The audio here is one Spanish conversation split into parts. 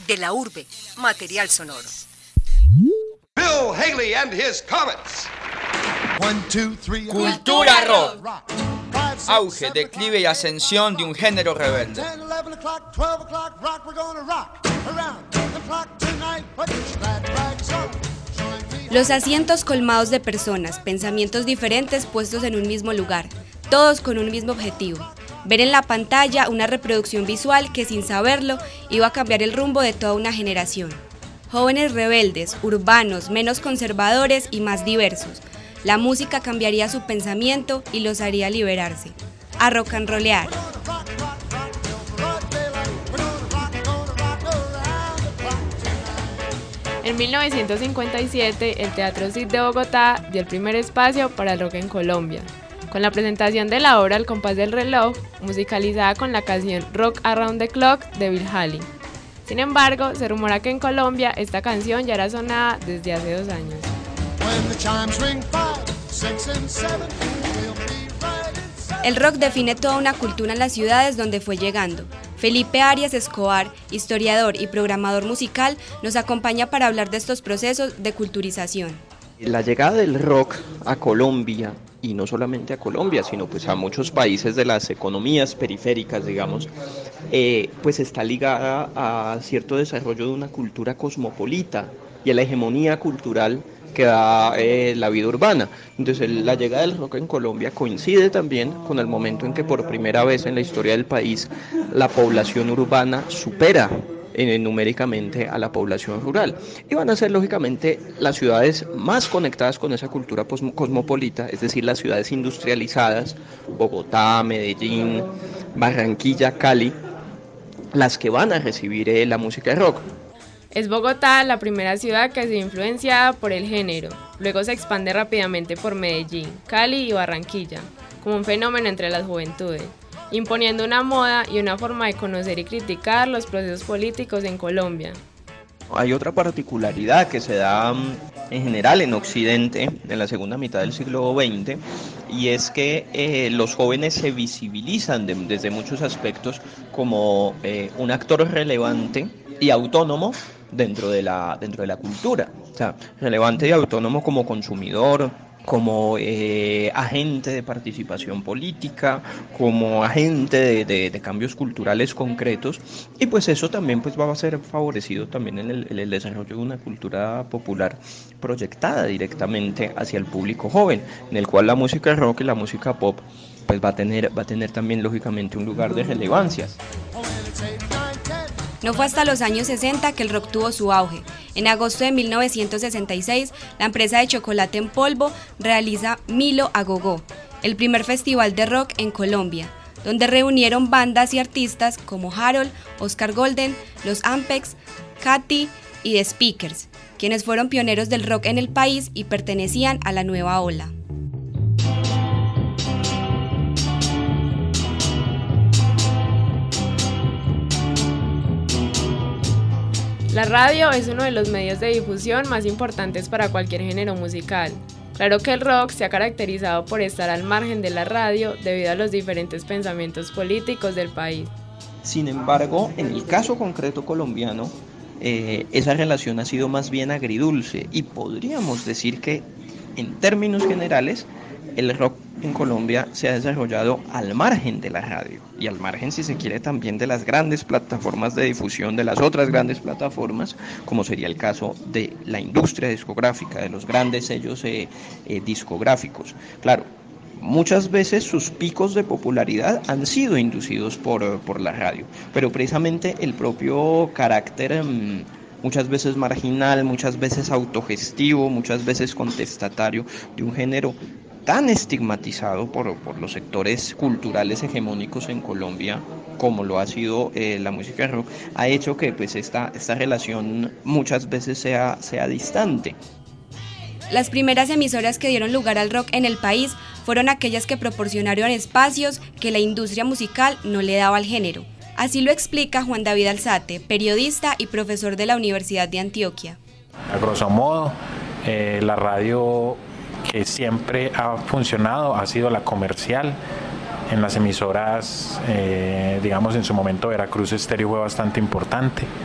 De la urbe, material sonoro. Bill Haley and his Comets. Cultura rock. Auge, declive y ascensión de un género rebelde. Los asientos colmados de personas, pensamientos diferentes puestos en un mismo lugar, todos con un mismo objetivo: ver en la pantalla una reproducción visual que, sin saberlo, iba a cambiar el rumbo de toda una generación. Jóvenes rebeldes, urbanos, menos conservadores y más diversos. La música cambiaría su pensamiento y los haría liberarse. A rock and rollear. En 1957, el Teatro Cid de Bogotá dio el primer espacio para el rock en Colombia, con la presentación de la obra Al compás del reloj, musicalizada con la canción Rock Around the Clock de Bill Haley. Sin embargo, se rumora que en Colombia esta canción ya era sonada desde hace 2 años. El rock define toda una cultura en las ciudades donde fue llegando. Felipe Arias Escobar, historiador y programador musical, nos acompaña para hablar de estos procesos de culturización. La llegada del rock a Colombia, y no solamente a Colombia, sino pues a muchos países de las economías periféricas, digamos, pues está ligada a cierto desarrollo de una cultura cosmopolita y a la hegemonía cultural que da la vida urbana. Entonces la llegada del rock en Colombia coincide también con el momento en que por primera vez en la historia del país la población urbana supera numéricamente a la población rural, y van a ser lógicamente las ciudades más conectadas con esa cultura cosmopolita, es decir, las ciudades industrializadas, Bogotá, Medellín, Barranquilla, Cali, las que van a recibir la música de rock. Es Bogotá la primera ciudad que se ve influenciada por el género, luego se expande rápidamente por Medellín, Cali y Barranquilla, como un fenómeno entre las juventudes, imponiendo una moda y una forma de conocer y criticar los procesos políticos en Colombia. Hay otra particularidad que se da en general en Occidente en la segunda mitad del siglo XX, y es que los jóvenes se visibilizan desde muchos aspectos como un actor relevante y autónomo dentro de la cultura, o sea, relevante y autónomo como consumidor, como agente de participación política, como agente de cambios culturales concretos, y pues eso también pues va a ser favorecido también en el desarrollo de una cultura popular proyectada directamente hacia el público joven, en el cual la música rock y la música pop pues va a tener también lógicamente un lugar de relevancia. No fue hasta los años 60 que el rock tuvo su auge. En agosto de 1966, la empresa de chocolate en polvo realiza Milo a Gogó, el primer festival de rock en Colombia, donde reunieron bandas y artistas como Harold, Oscar Golden, Los Ampex, Katy y The Speakers, quienes fueron pioneros del rock en el país y pertenecían a la nueva ola. La radio es uno de los medios de difusión más importantes para cualquier género musical. Claro que el rock se ha caracterizado por estar al margen de la radio debido a los diferentes pensamientos políticos del país. Sin embargo, en el caso concreto colombiano, esa relación ha sido más bien agridulce, y podríamos decir que, en términos generales, el rock en Colombia se ha desarrollado al margen de la radio, y al margen, si se quiere, también de las grandes plataformas de difusión, de las otras grandes plataformas, como sería el caso de la industria discográfica, de los grandes sellos discográficos. Claro, muchas veces sus picos de popularidad han sido inducidos por la radio, pero precisamente el propio carácter muchas veces marginal, muchas veces autogestivo, muchas veces contestatario de un género tan estigmatizado por los sectores culturales hegemónicos en Colombia como lo ha sido la música rock, ha hecho que pues esta relación muchas veces sea distante. Las primeras emisoras que dieron lugar al rock en el país fueron aquellas que proporcionaron espacios que la industria musical no le daba al género. Así lo explica Juan David Alzate, periodista y profesor de la Universidad de Antioquia. A grosso modo, la radio que siempre ha funcionado ha sido la comercial. En las emisoras, digamos, en su momento Veracruz Estéreo fue bastante importante.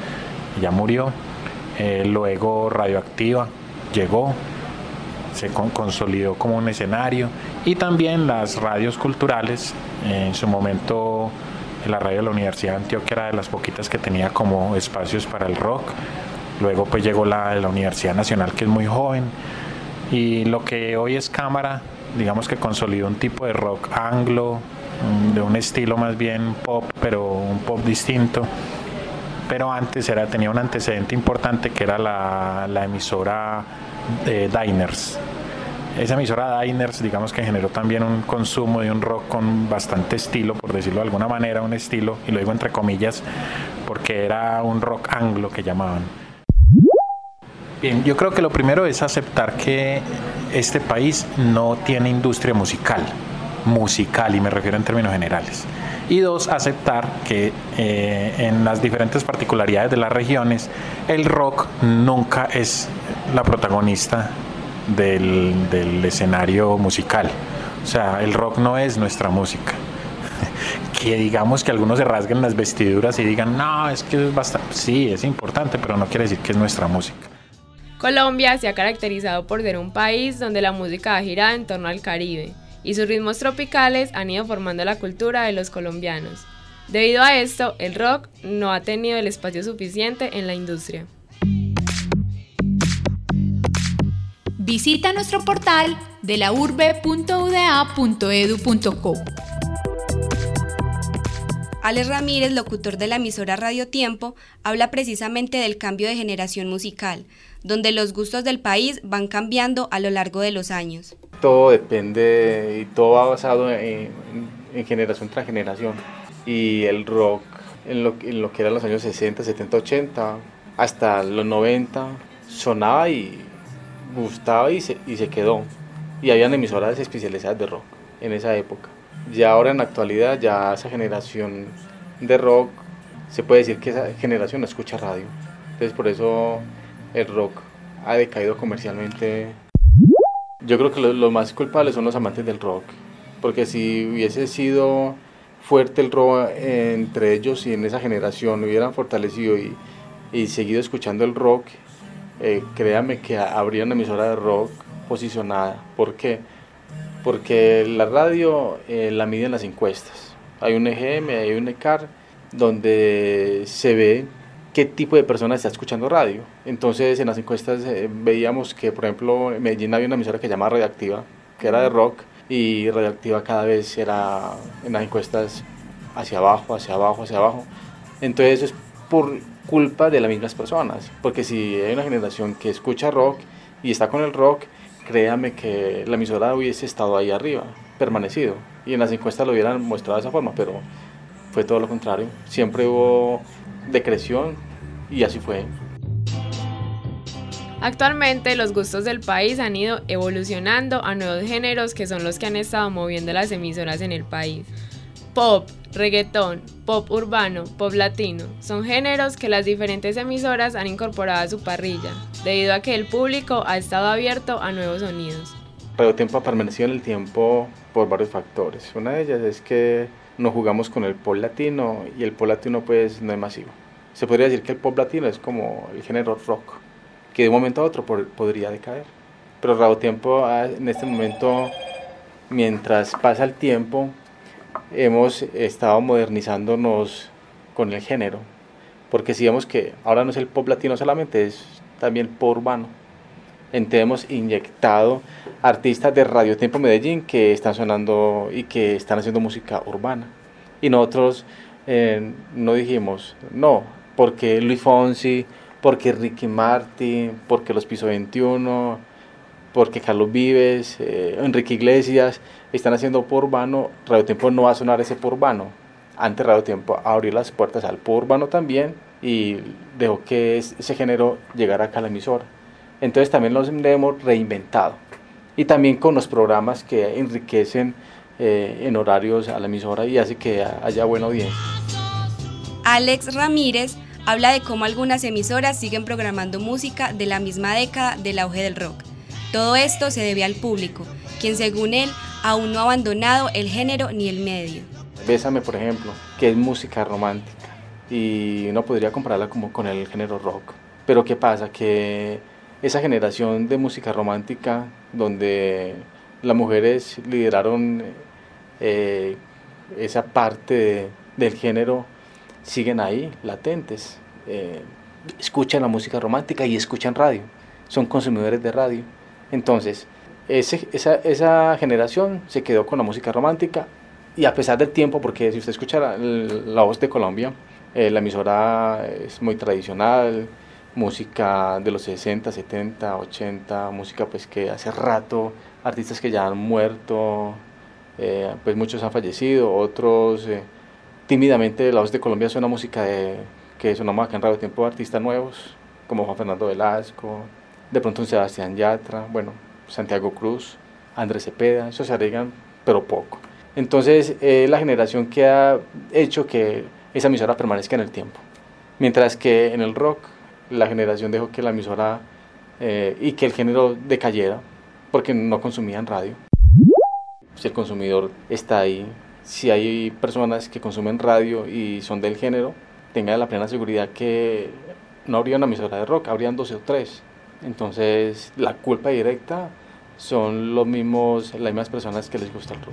ya murió. Luego Radioactiva llegó, se consolidó como un escenario, y también las radios culturales. En su momento la radio de la Universidad de Antioquia era de las poquitas que tenía como espacios para el rock. Luego pues llegó la de la Universidad Nacional, que es muy joven, y lo que hoy es Cámara, digamos que consolidó un tipo de rock anglo, de un estilo más bien pop, pero un pop distinto. Pero antes tenía un antecedente importante, que era la emisora Diners. Esa emisora Diners, digamos que generó también un consumo de un rock con bastante estilo, por decirlo de alguna manera, un estilo, y lo digo entre comillas, porque era un rock anglo que llamaban. Bien, yo creo que lo primero es aceptar que este país no tiene industria musical, y me refiero en términos generales. Y dos, aceptar que en las diferentes particularidades de las regiones, el rock nunca es la protagonista del escenario musical. O sea, el rock no es nuestra música. Que digamos que algunos se rasguen las vestiduras y digan, no, es que es bastante, sí, es importante, pero no quiere decir que es nuestra música. Colombia se ha caracterizado por ser un país donde la música ha girado en torno al Caribe, y sus ritmos tropicales han ido formando la cultura de los colombianos. Debido a esto, el rock no ha tenido el espacio suficiente en la industria. Visita nuestro portal de laurbe.uda.edu.co. Alex Ramírez, locutor de la emisora Radio Tiempo, habla precisamente del cambio de generación musical, donde los gustos del país van cambiando a lo largo de los años. Todo depende y todo va basado en generación tras generación. Y el rock, en lo que eran los años 60, 70, 80, hasta los 90, sonaba y gustaba y se quedó. Y habían emisoras especializadas de rock en esa época. Ya ahora en la actualidad, ya esa generación de rock, se puede decir que esa generación no escucha radio. Entonces por eso el rock ha decaído comercialmente. Yo creo que los más culpables son los amantes del rock, porque si hubiese sido fuerte el rock entre ellos y en esa generación hubieran fortalecido y seguido escuchando el rock, créame que habría una emisora de rock posicionada. ¿Por qué? Porque la radio la miden las encuestas. Hay un EGM, hay un ECAR, donde se ve qué tipo de persona está escuchando radio. Entonces en las encuestas veíamos que, por ejemplo, en Medellín había una emisora que se llamaba Radioactiva, que era de rock, y Radioactiva cada vez era en las encuestas hacia abajo, hacia abajo, hacia abajo. Entonces eso es por culpa de las mismas personas, porque si hay una generación que escucha rock y está con el rock, créame que la emisora hubiese estado ahí arriba, permanecido, y en las encuestas lo hubieran mostrado de esa forma, pero fue todo lo contrario. Siempre hubo decreción y así fue. Actualmente los gustos del país han ido evolucionando a nuevos géneros que son los que han estado moviendo las emisoras en el país. Pop, reggaetón, pop urbano, pop latino, son géneros que las diferentes emisoras han incorporado a su parrilla, debido a que el público ha estado abierto a nuevos sonidos. Radio Tiempo ha permanecido en el tiempo por varios factores. Una de ellas es que nos jugamos con el pop latino, y el pop latino pues no es masivo. Se podría decir que el pop latino es como el género rock, que de un momento a otro podría decaer. Pero Radio Tiempo en este momento, mientras pasa el tiempo, hemos estado modernizándonos con el género, porque si vemos que ahora no es el pop latino solamente, es también el pop urbano. Entonces hemos inyectado artistas de Radio Tiempo Medellín que están sonando y que están haciendo música urbana. Y nosotros no dijimos, no, porque Luis Fonsi, porque Ricky Martin, porque los Piso 21, porque Carlos Vives, Enrique Iglesias están haciendo pop urbano. Radio Tiempo no va a sonar ese pop urbano. Antes Radio Tiempo abrió las puertas al pop urbano también y dejó que ese género llegara acá a la emisora. Entonces también los hemos reinventado, y también con los programas que enriquecen en horarios a la emisora y hace que haya buena audiencia. Alex Ramírez habla de cómo algunas emisoras siguen programando música de la misma década del auge del rock. Todo esto se debe al público, quien según él aún no ha abandonado el género ni el medio. Bésame, por ejemplo, que es música romántica, y uno podría compararla como con el género rock. Pero ¿qué pasa? Que esa generación de música romántica, donde las mujeres lideraron esa parte del género, siguen ahí, latentes. Escuchan la música romántica y escuchan radio, son consumidores de radio. Entonces, esa generación se quedó con la música romántica, y a pesar del tiempo, porque si usted escucha la Voz de Colombia, la emisora es muy tradicional, música de los 60, 70, 80, música pues que hace rato, artistas que ya han muerto, pues muchos han fallecido, otros tímidamente. La Voz de Colombia suena música que sonamos acá en Radio Tiempo, artistas nuevos como Juan Fernando Velasco, de pronto un Sebastián Yatra, bueno, Santiago Cruz, Andrés Cepeda, eso se arreglan pero poco. Entonces la generación que ha hecho que esa emisora permanezca en el tiempo, mientras que en el rock la generación dejó que la emisora y que el género decayera porque no consumían radio. Si el consumidor está ahí, si hay personas que consumen radio y son del género, tengan la plena seguridad que no habría una emisora de rock, habrían 12 o 3. Entonces la culpa directa son las mismas personas que les gusta el rock.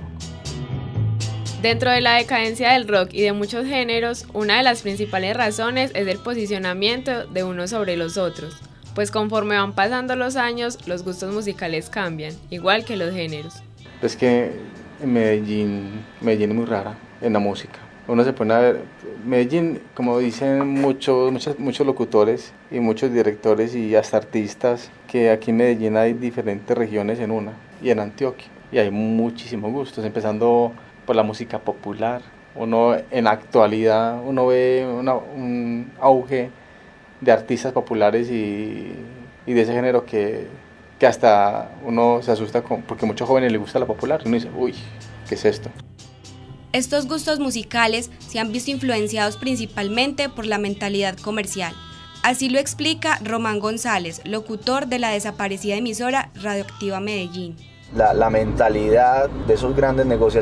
Dentro de la decadencia del rock y de muchos géneros, una de las principales razones es el posicionamiento de unos sobre los otros, pues conforme van pasando los años, los gustos musicales cambian, igual que los géneros. Es que en Medellín es muy rara en la música. Uno se pone a ver, Medellín, como dicen muchos locutores y muchos directores y hasta artistas, que aquí en Medellín hay diferentes regiones en una, y en Antioquia, y hay muchísimos gustos, empezando por la música popular. Uno en la actualidad ve un auge de artistas populares y de ese género que hasta uno se asusta porque a muchos jóvenes les gusta la popular, y uno dice, uy, ¿qué es esto? Estos gustos musicales se han visto influenciados principalmente por la mentalidad comercial. Así lo explica Román González, locutor de la desaparecida emisora Radioactiva Medellín. La mentalidad de esos grandes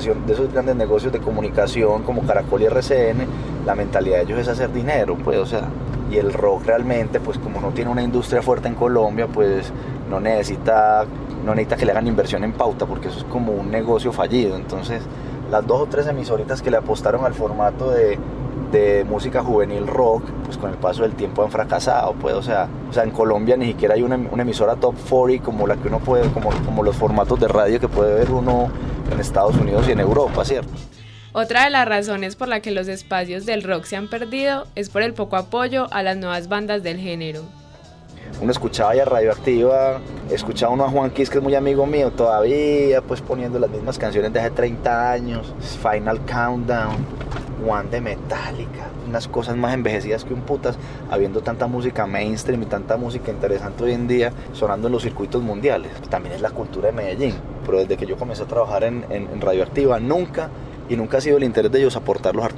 negocios de comunicación como Caracol y RCN, la mentalidad de ellos es hacer dinero, pues, o sea, y el rock realmente, pues como no tiene una industria fuerte en Colombia, pues no necesita que le hagan inversión en pauta, porque eso es como un negocio fallido. Entonces, las 2 o 3 emisoritas que le apostaron al formato de música juvenil rock, pues con el paso del tiempo han fracasado, pues, o sea, en Colombia ni siquiera hay una emisora top 40 como la que uno puede, como los formatos de radio que puede ver uno en Estados Unidos y en Europa, ¿cierto? Otra de las razones por la que los espacios del rock se han perdido es por el poco apoyo a las nuevas bandas del género. Uno escuchaba ya Radioactiva, escuchaba uno a Juan Kiss, que es muy amigo mío todavía, pues poniendo las mismas canciones de hace 30 años, Final Countdown, One de Metallica, unas cosas más envejecidas que un putas, habiendo tanta música mainstream y tanta música interesante hoy en día sonando en los circuitos mundiales. También es la cultura de Medellín, pero desde que yo comencé a trabajar en Radioactiva nunca ha sido el interés de ellos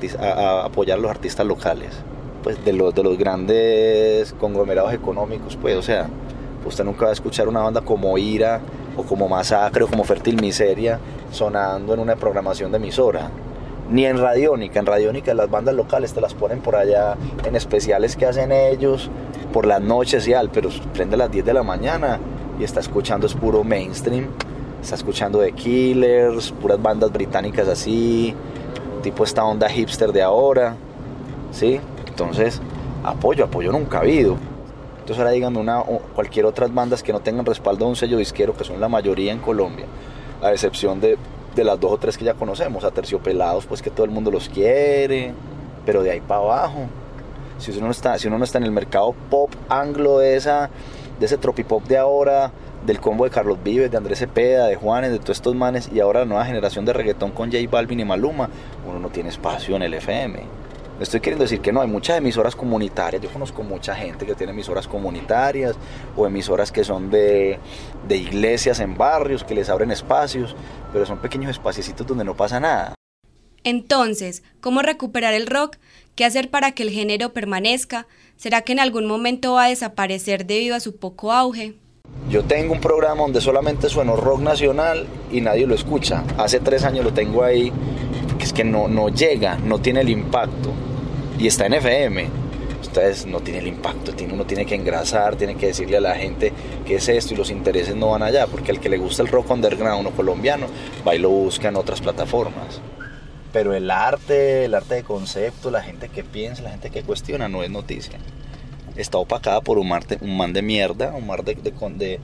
a apoyar a los artistas locales, pues de los grandes conglomerados económicos, pues, o sea, usted nunca va a escuchar una banda como Ira o como Masacre o como Fértil Miseria sonando en una programación de emisora, ni en Radiónica. En Radiónica las bandas locales te las ponen por allá en especiales que hacen ellos por las noches y pero prende a las 10 de la mañana y está escuchando es puro mainstream, está escuchando The Killers, puras bandas británicas así, tipo esta onda hipster de ahora, ¿sí? Entonces, apoyo nunca ha habido. Entonces ahora digan cualquier otras bandas que no tengan respaldo de un sello disquero, que son la mayoría en Colombia, a excepción de las 2 o 3 que ya conocemos, Aterciopelados, pues que todo el mundo los quiere, pero de ahí para abajo, si uno no está en el mercado pop anglo de ese tropipop de ahora, del combo de Carlos Vives, de Andrés Cepeda, de Juanes, de todos estos manes, y ahora la nueva generación de reggaetón con J Balvin y Maluma, uno no tiene espacio en el FM. Estoy queriendo decir que no, hay muchas emisoras comunitarias. Yo conozco mucha gente que tiene emisoras comunitarias o emisoras que son de iglesias en barrios, que les abren espacios, pero son pequeños espaciecitos donde no pasa nada. Entonces, ¿cómo recuperar el rock? ¿Qué hacer para que el género permanezca? ¿Será que en algún momento va a desaparecer debido a su poco auge? Yo tengo un programa donde solamente sueno rock nacional y nadie lo escucha. Hace 3 años lo tengo ahí, que es que no llega, no tiene el impacto. y está en FM. Entonces no tiene el impacto, uno tiene que engrasar, tiene que decirle a la gente qué es esto y los intereses no van allá, porque al que le gusta el rock underground o colombiano va y lo busca en otras plataformas. Pero el arte de concepto, la gente que piensa, la gente que cuestiona no es noticia. Está opacada por un man de mierda, un mar de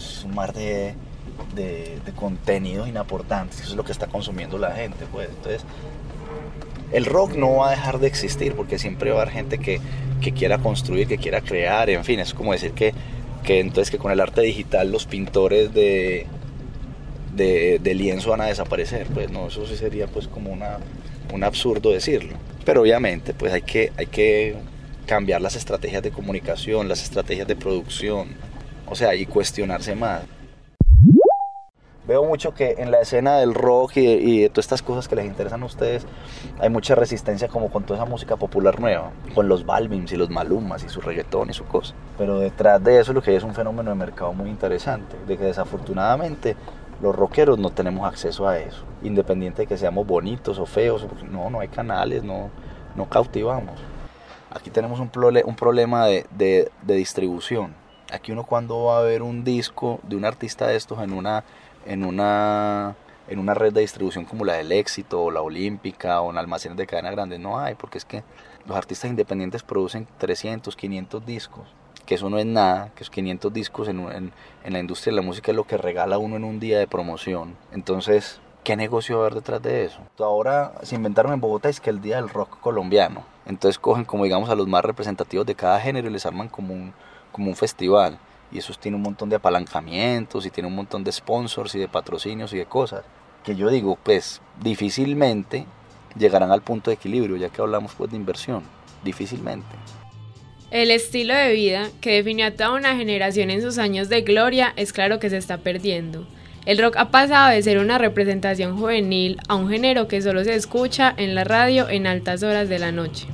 contenidos inaportantes. Eso es lo que está consumiendo la gente, pues. Entonces, el rock no va a dejar de existir porque siempre va a haber gente que quiera construir, que quiera crear, en fin, es como decir que entonces que con el arte digital los pintores de lienzo van a desaparecer, pues no, eso sí sería pues como un absurdo decirlo. Pero obviamente pues hay que cambiar las estrategias de comunicación, las estrategias de producción, o sea, y cuestionarse más. Veo mucho que en la escena del rock y de todas estas cosas que les interesan a ustedes hay mucha resistencia como con toda esa música popular nueva, con los Balvins y los Malumas y su reggaetón y su cosa. Pero detrás de eso lo que hay es un fenómeno de mercado muy interesante, de que desafortunadamente los rockeros no tenemos acceso a eso, independiente de que seamos bonitos o feos, no hay canales, no cautivamos. Aquí tenemos un problema de distribución. Aquí uno cuando va a ver un disco de un artista de estos en una red de distribución como la del Éxito o la Olímpica o en almacenes de cadena grande, no hay, porque es que los artistas independientes producen 300, 500 discos, que eso no es nada, que esos 500 discos en la industria de la música es lo que regala uno en un día de promoción. Entonces, ¿qué negocio va a haber detrás de eso? Ahora se inventaron en Bogotá es que el Día del Rock colombiano, entonces cogen como digamos a los más representativos de cada género y les arman como un festival. Y eso tiene un montón de apalancamientos y tiene un montón de sponsors y de patrocinios y de cosas que yo digo, pues difícilmente llegarán al punto de equilibrio, ya que hablamos pues de inversión, difícilmente. El estilo de vida que definió a toda una generación en sus años de gloria es claro que se está perdiendo. El rock ha pasado de ser una representación juvenil a un género que solo se escucha en la radio en altas horas de la noche.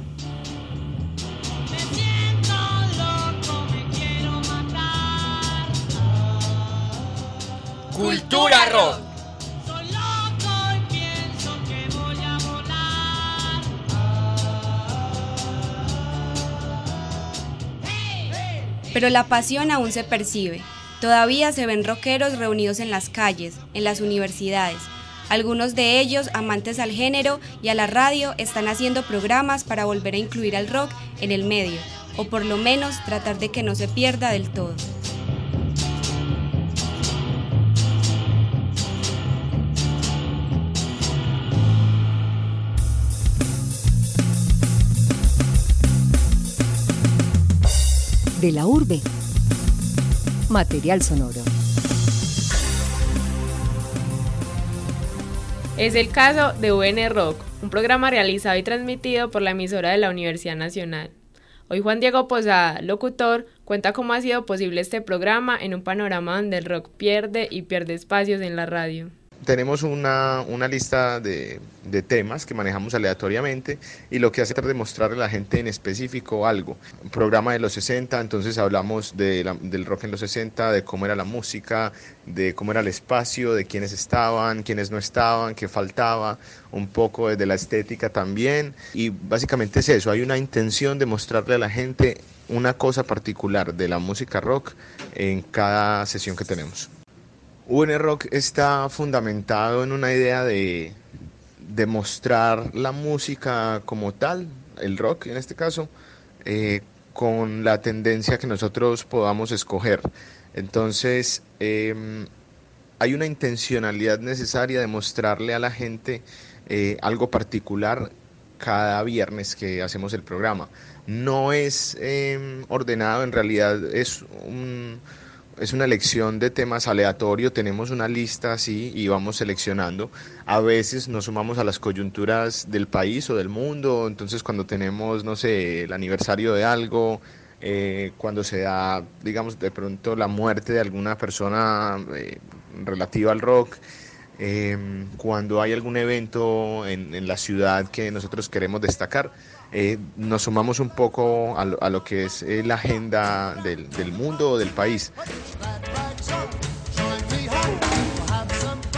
Cultura rock. Pero la pasión aún se percibe. Todavía se ven rockeros reunidos en las calles, en las universidades. Algunos de ellos, amantes al género y a la radio, están haciendo programas para volver a incluir al rock en el medio, o por lo menos tratar de que no se pierda del todo. De la urbe. Material sonoro. Es el caso de UN Rock, un programa realizado y transmitido por la emisora de la Universidad Nacional. Hoy Juan Diego Posada, locutor, cuenta cómo ha sido posible este programa en un panorama donde el rock pierde espacios en la radio. Tenemos una lista de temas que manejamos aleatoriamente y lo que hace es demostrarle a la gente en específico algo. Un programa de los 60, entonces hablamos del rock en los 60, de cómo era la música, de cómo era el espacio, de quiénes estaban, quiénes no estaban, qué faltaba, un poco de la estética también. Y básicamente es eso, hay una intención de mostrarle a la gente una cosa particular de la música rock en cada sesión que tenemos. UN Rock está fundamentado en una idea de mostrar la música como tal, el rock en este caso, con la tendencia que nosotros podamos escoger. Entonces, hay una intencionalidad necesaria de mostrarle a la gente algo particular cada viernes que hacemos el programa. No es ordenado, en realidad es una elección de temas aleatorio, tenemos una lista así y vamos seleccionando. A veces nos sumamos a las coyunturas del país o del mundo, entonces cuando tenemos, no sé, el aniversario de algo, cuando se da, digamos, de pronto la muerte de alguna persona relativa al rock, cuando hay algún evento en la ciudad que nosotros queremos destacar, nos sumamos un poco a lo que es la agenda del mundo o del país.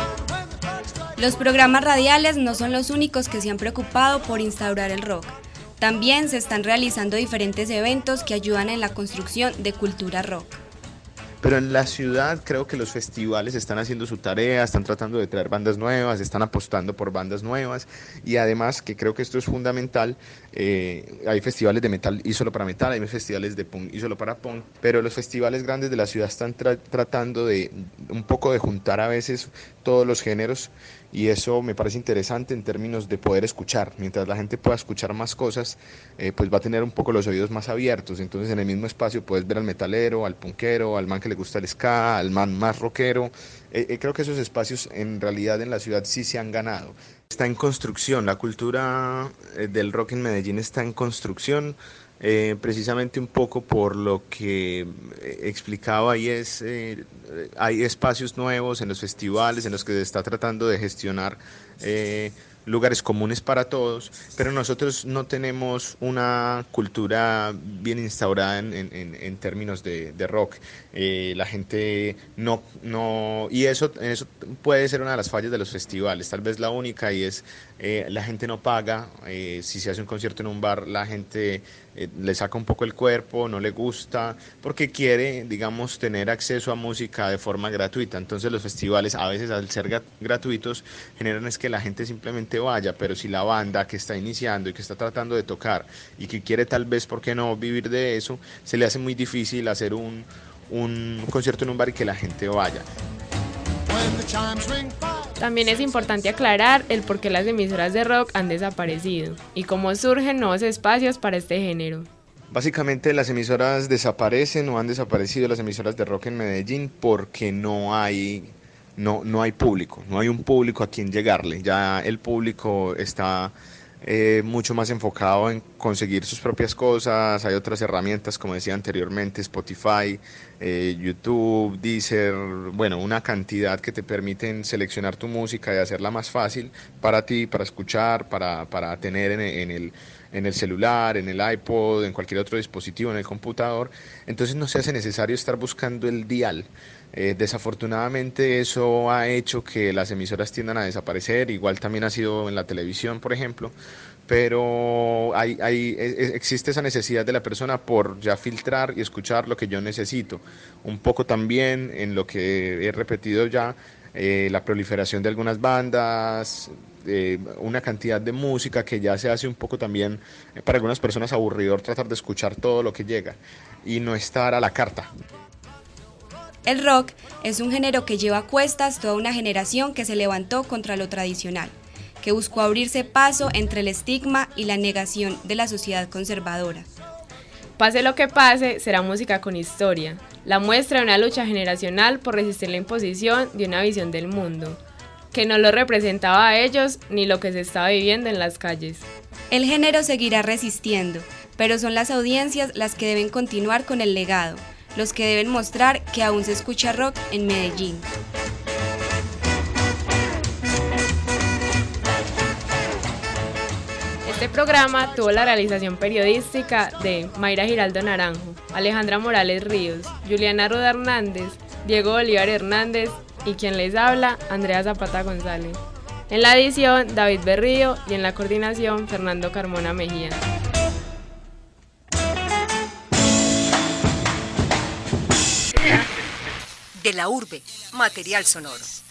Los programas radiales no son los únicos que se han preocupado por instaurar el rock. También se están realizando diferentes eventos que ayudan en la construcción de cultura rock. Pero en la ciudad creo que los festivales están haciendo su tarea, están tratando de traer bandas nuevas, están apostando por bandas nuevas y además, que creo que esto es fundamental, hay festivales de metal y solo para metal, hay festivales de punk y solo para punk, pero los festivales grandes de la ciudad están tratando de un poco de juntar a veces todos los géneros y eso me parece interesante en términos de poder escuchar. Mientras la gente pueda escuchar más cosas, pues va a tener un poco los oídos más abiertos. Entonces en el mismo espacio puedes ver al metalero, al punkero, al man que le gusta el ska, al man más rockero. Creo que esos espacios en realidad en la ciudad sí se han ganado. Está en construcción, la cultura del rock en Medellín está en construcción. Precisamente un poco por lo que explicaba ahí hay espacios nuevos en los festivales en los que se está tratando de gestionar lugares comunes para todos, pero nosotros no tenemos una cultura bien instaurada en términos de rock. La gente no y eso puede ser una de las fallas de los festivales, tal vez la única, y es la gente no paga. Si se hace un concierto en un bar, la gente le saca un poco el cuerpo, no le gusta, porque quiere, digamos, tener acceso a música de forma gratuita. Entonces los festivales, a veces al ser gratuitos, generan es que la gente simplemente vaya, pero si la banda que está iniciando y que está tratando de tocar y que quiere tal vez, ¿por qué no?, vivir de eso, se le hace muy difícil hacer un concierto en un bar y que la gente vaya. También es importante aclarar el por qué las emisoras de rock han desaparecido y cómo surgen nuevos espacios para este género. Básicamente las emisoras desaparecen o han desaparecido las emisoras de rock en Medellín porque no hay público, no hay un público a quien llegarle. Ya el público está mucho más enfocado en conseguir sus propias cosas. Hay otras herramientas, como decía anteriormente, Spotify, YouTube, Deezer, bueno, una cantidad que te permiten seleccionar tu música y hacerla más fácil para ti, para escuchar, para tener en el celular, en el iPod, en cualquier otro dispositivo, en el computador. Entonces no se hace necesario estar buscando el dial. Desafortunadamente eso ha hecho que las emisoras tiendan a desaparecer, igual también ha sido en la televisión, por ejemplo, pero existe esa necesidad de la persona por ya filtrar y escuchar lo que yo necesito. Un poco también en lo que he repetido ya, la proliferación de algunas bandas, una cantidad de música que ya se hace un poco también para algunas personas aburridor tratar de escuchar todo lo que llega y no estar a la carta. El rock es un género que lleva a cuestas toda una generación que se levantó contra lo tradicional, que buscó abrirse paso entre el estigma y la negación de la sociedad conservadora. Pase lo que pase, será música con historia, la muestra de una lucha generacional por resistir la imposición de una visión del mundo, que no lo representaba a ellos ni lo que se estaba viviendo en las calles. El género seguirá resistiendo, pero son las audiencias las que deben continuar con el legado, los que deben mostrar que aún se escucha rock en Medellín. Este programa tuvo la realización periodística de Mayra Giraldo Naranjo, Alejandra Morales Ríos, Juliana Ruda Hernández, Diego Bolívar Hernández y quien les habla, Andrea Zapata González. En la edición, David Berrío y en la coordinación, Fernando Carmona Mejía. De la urbe, material sonoro.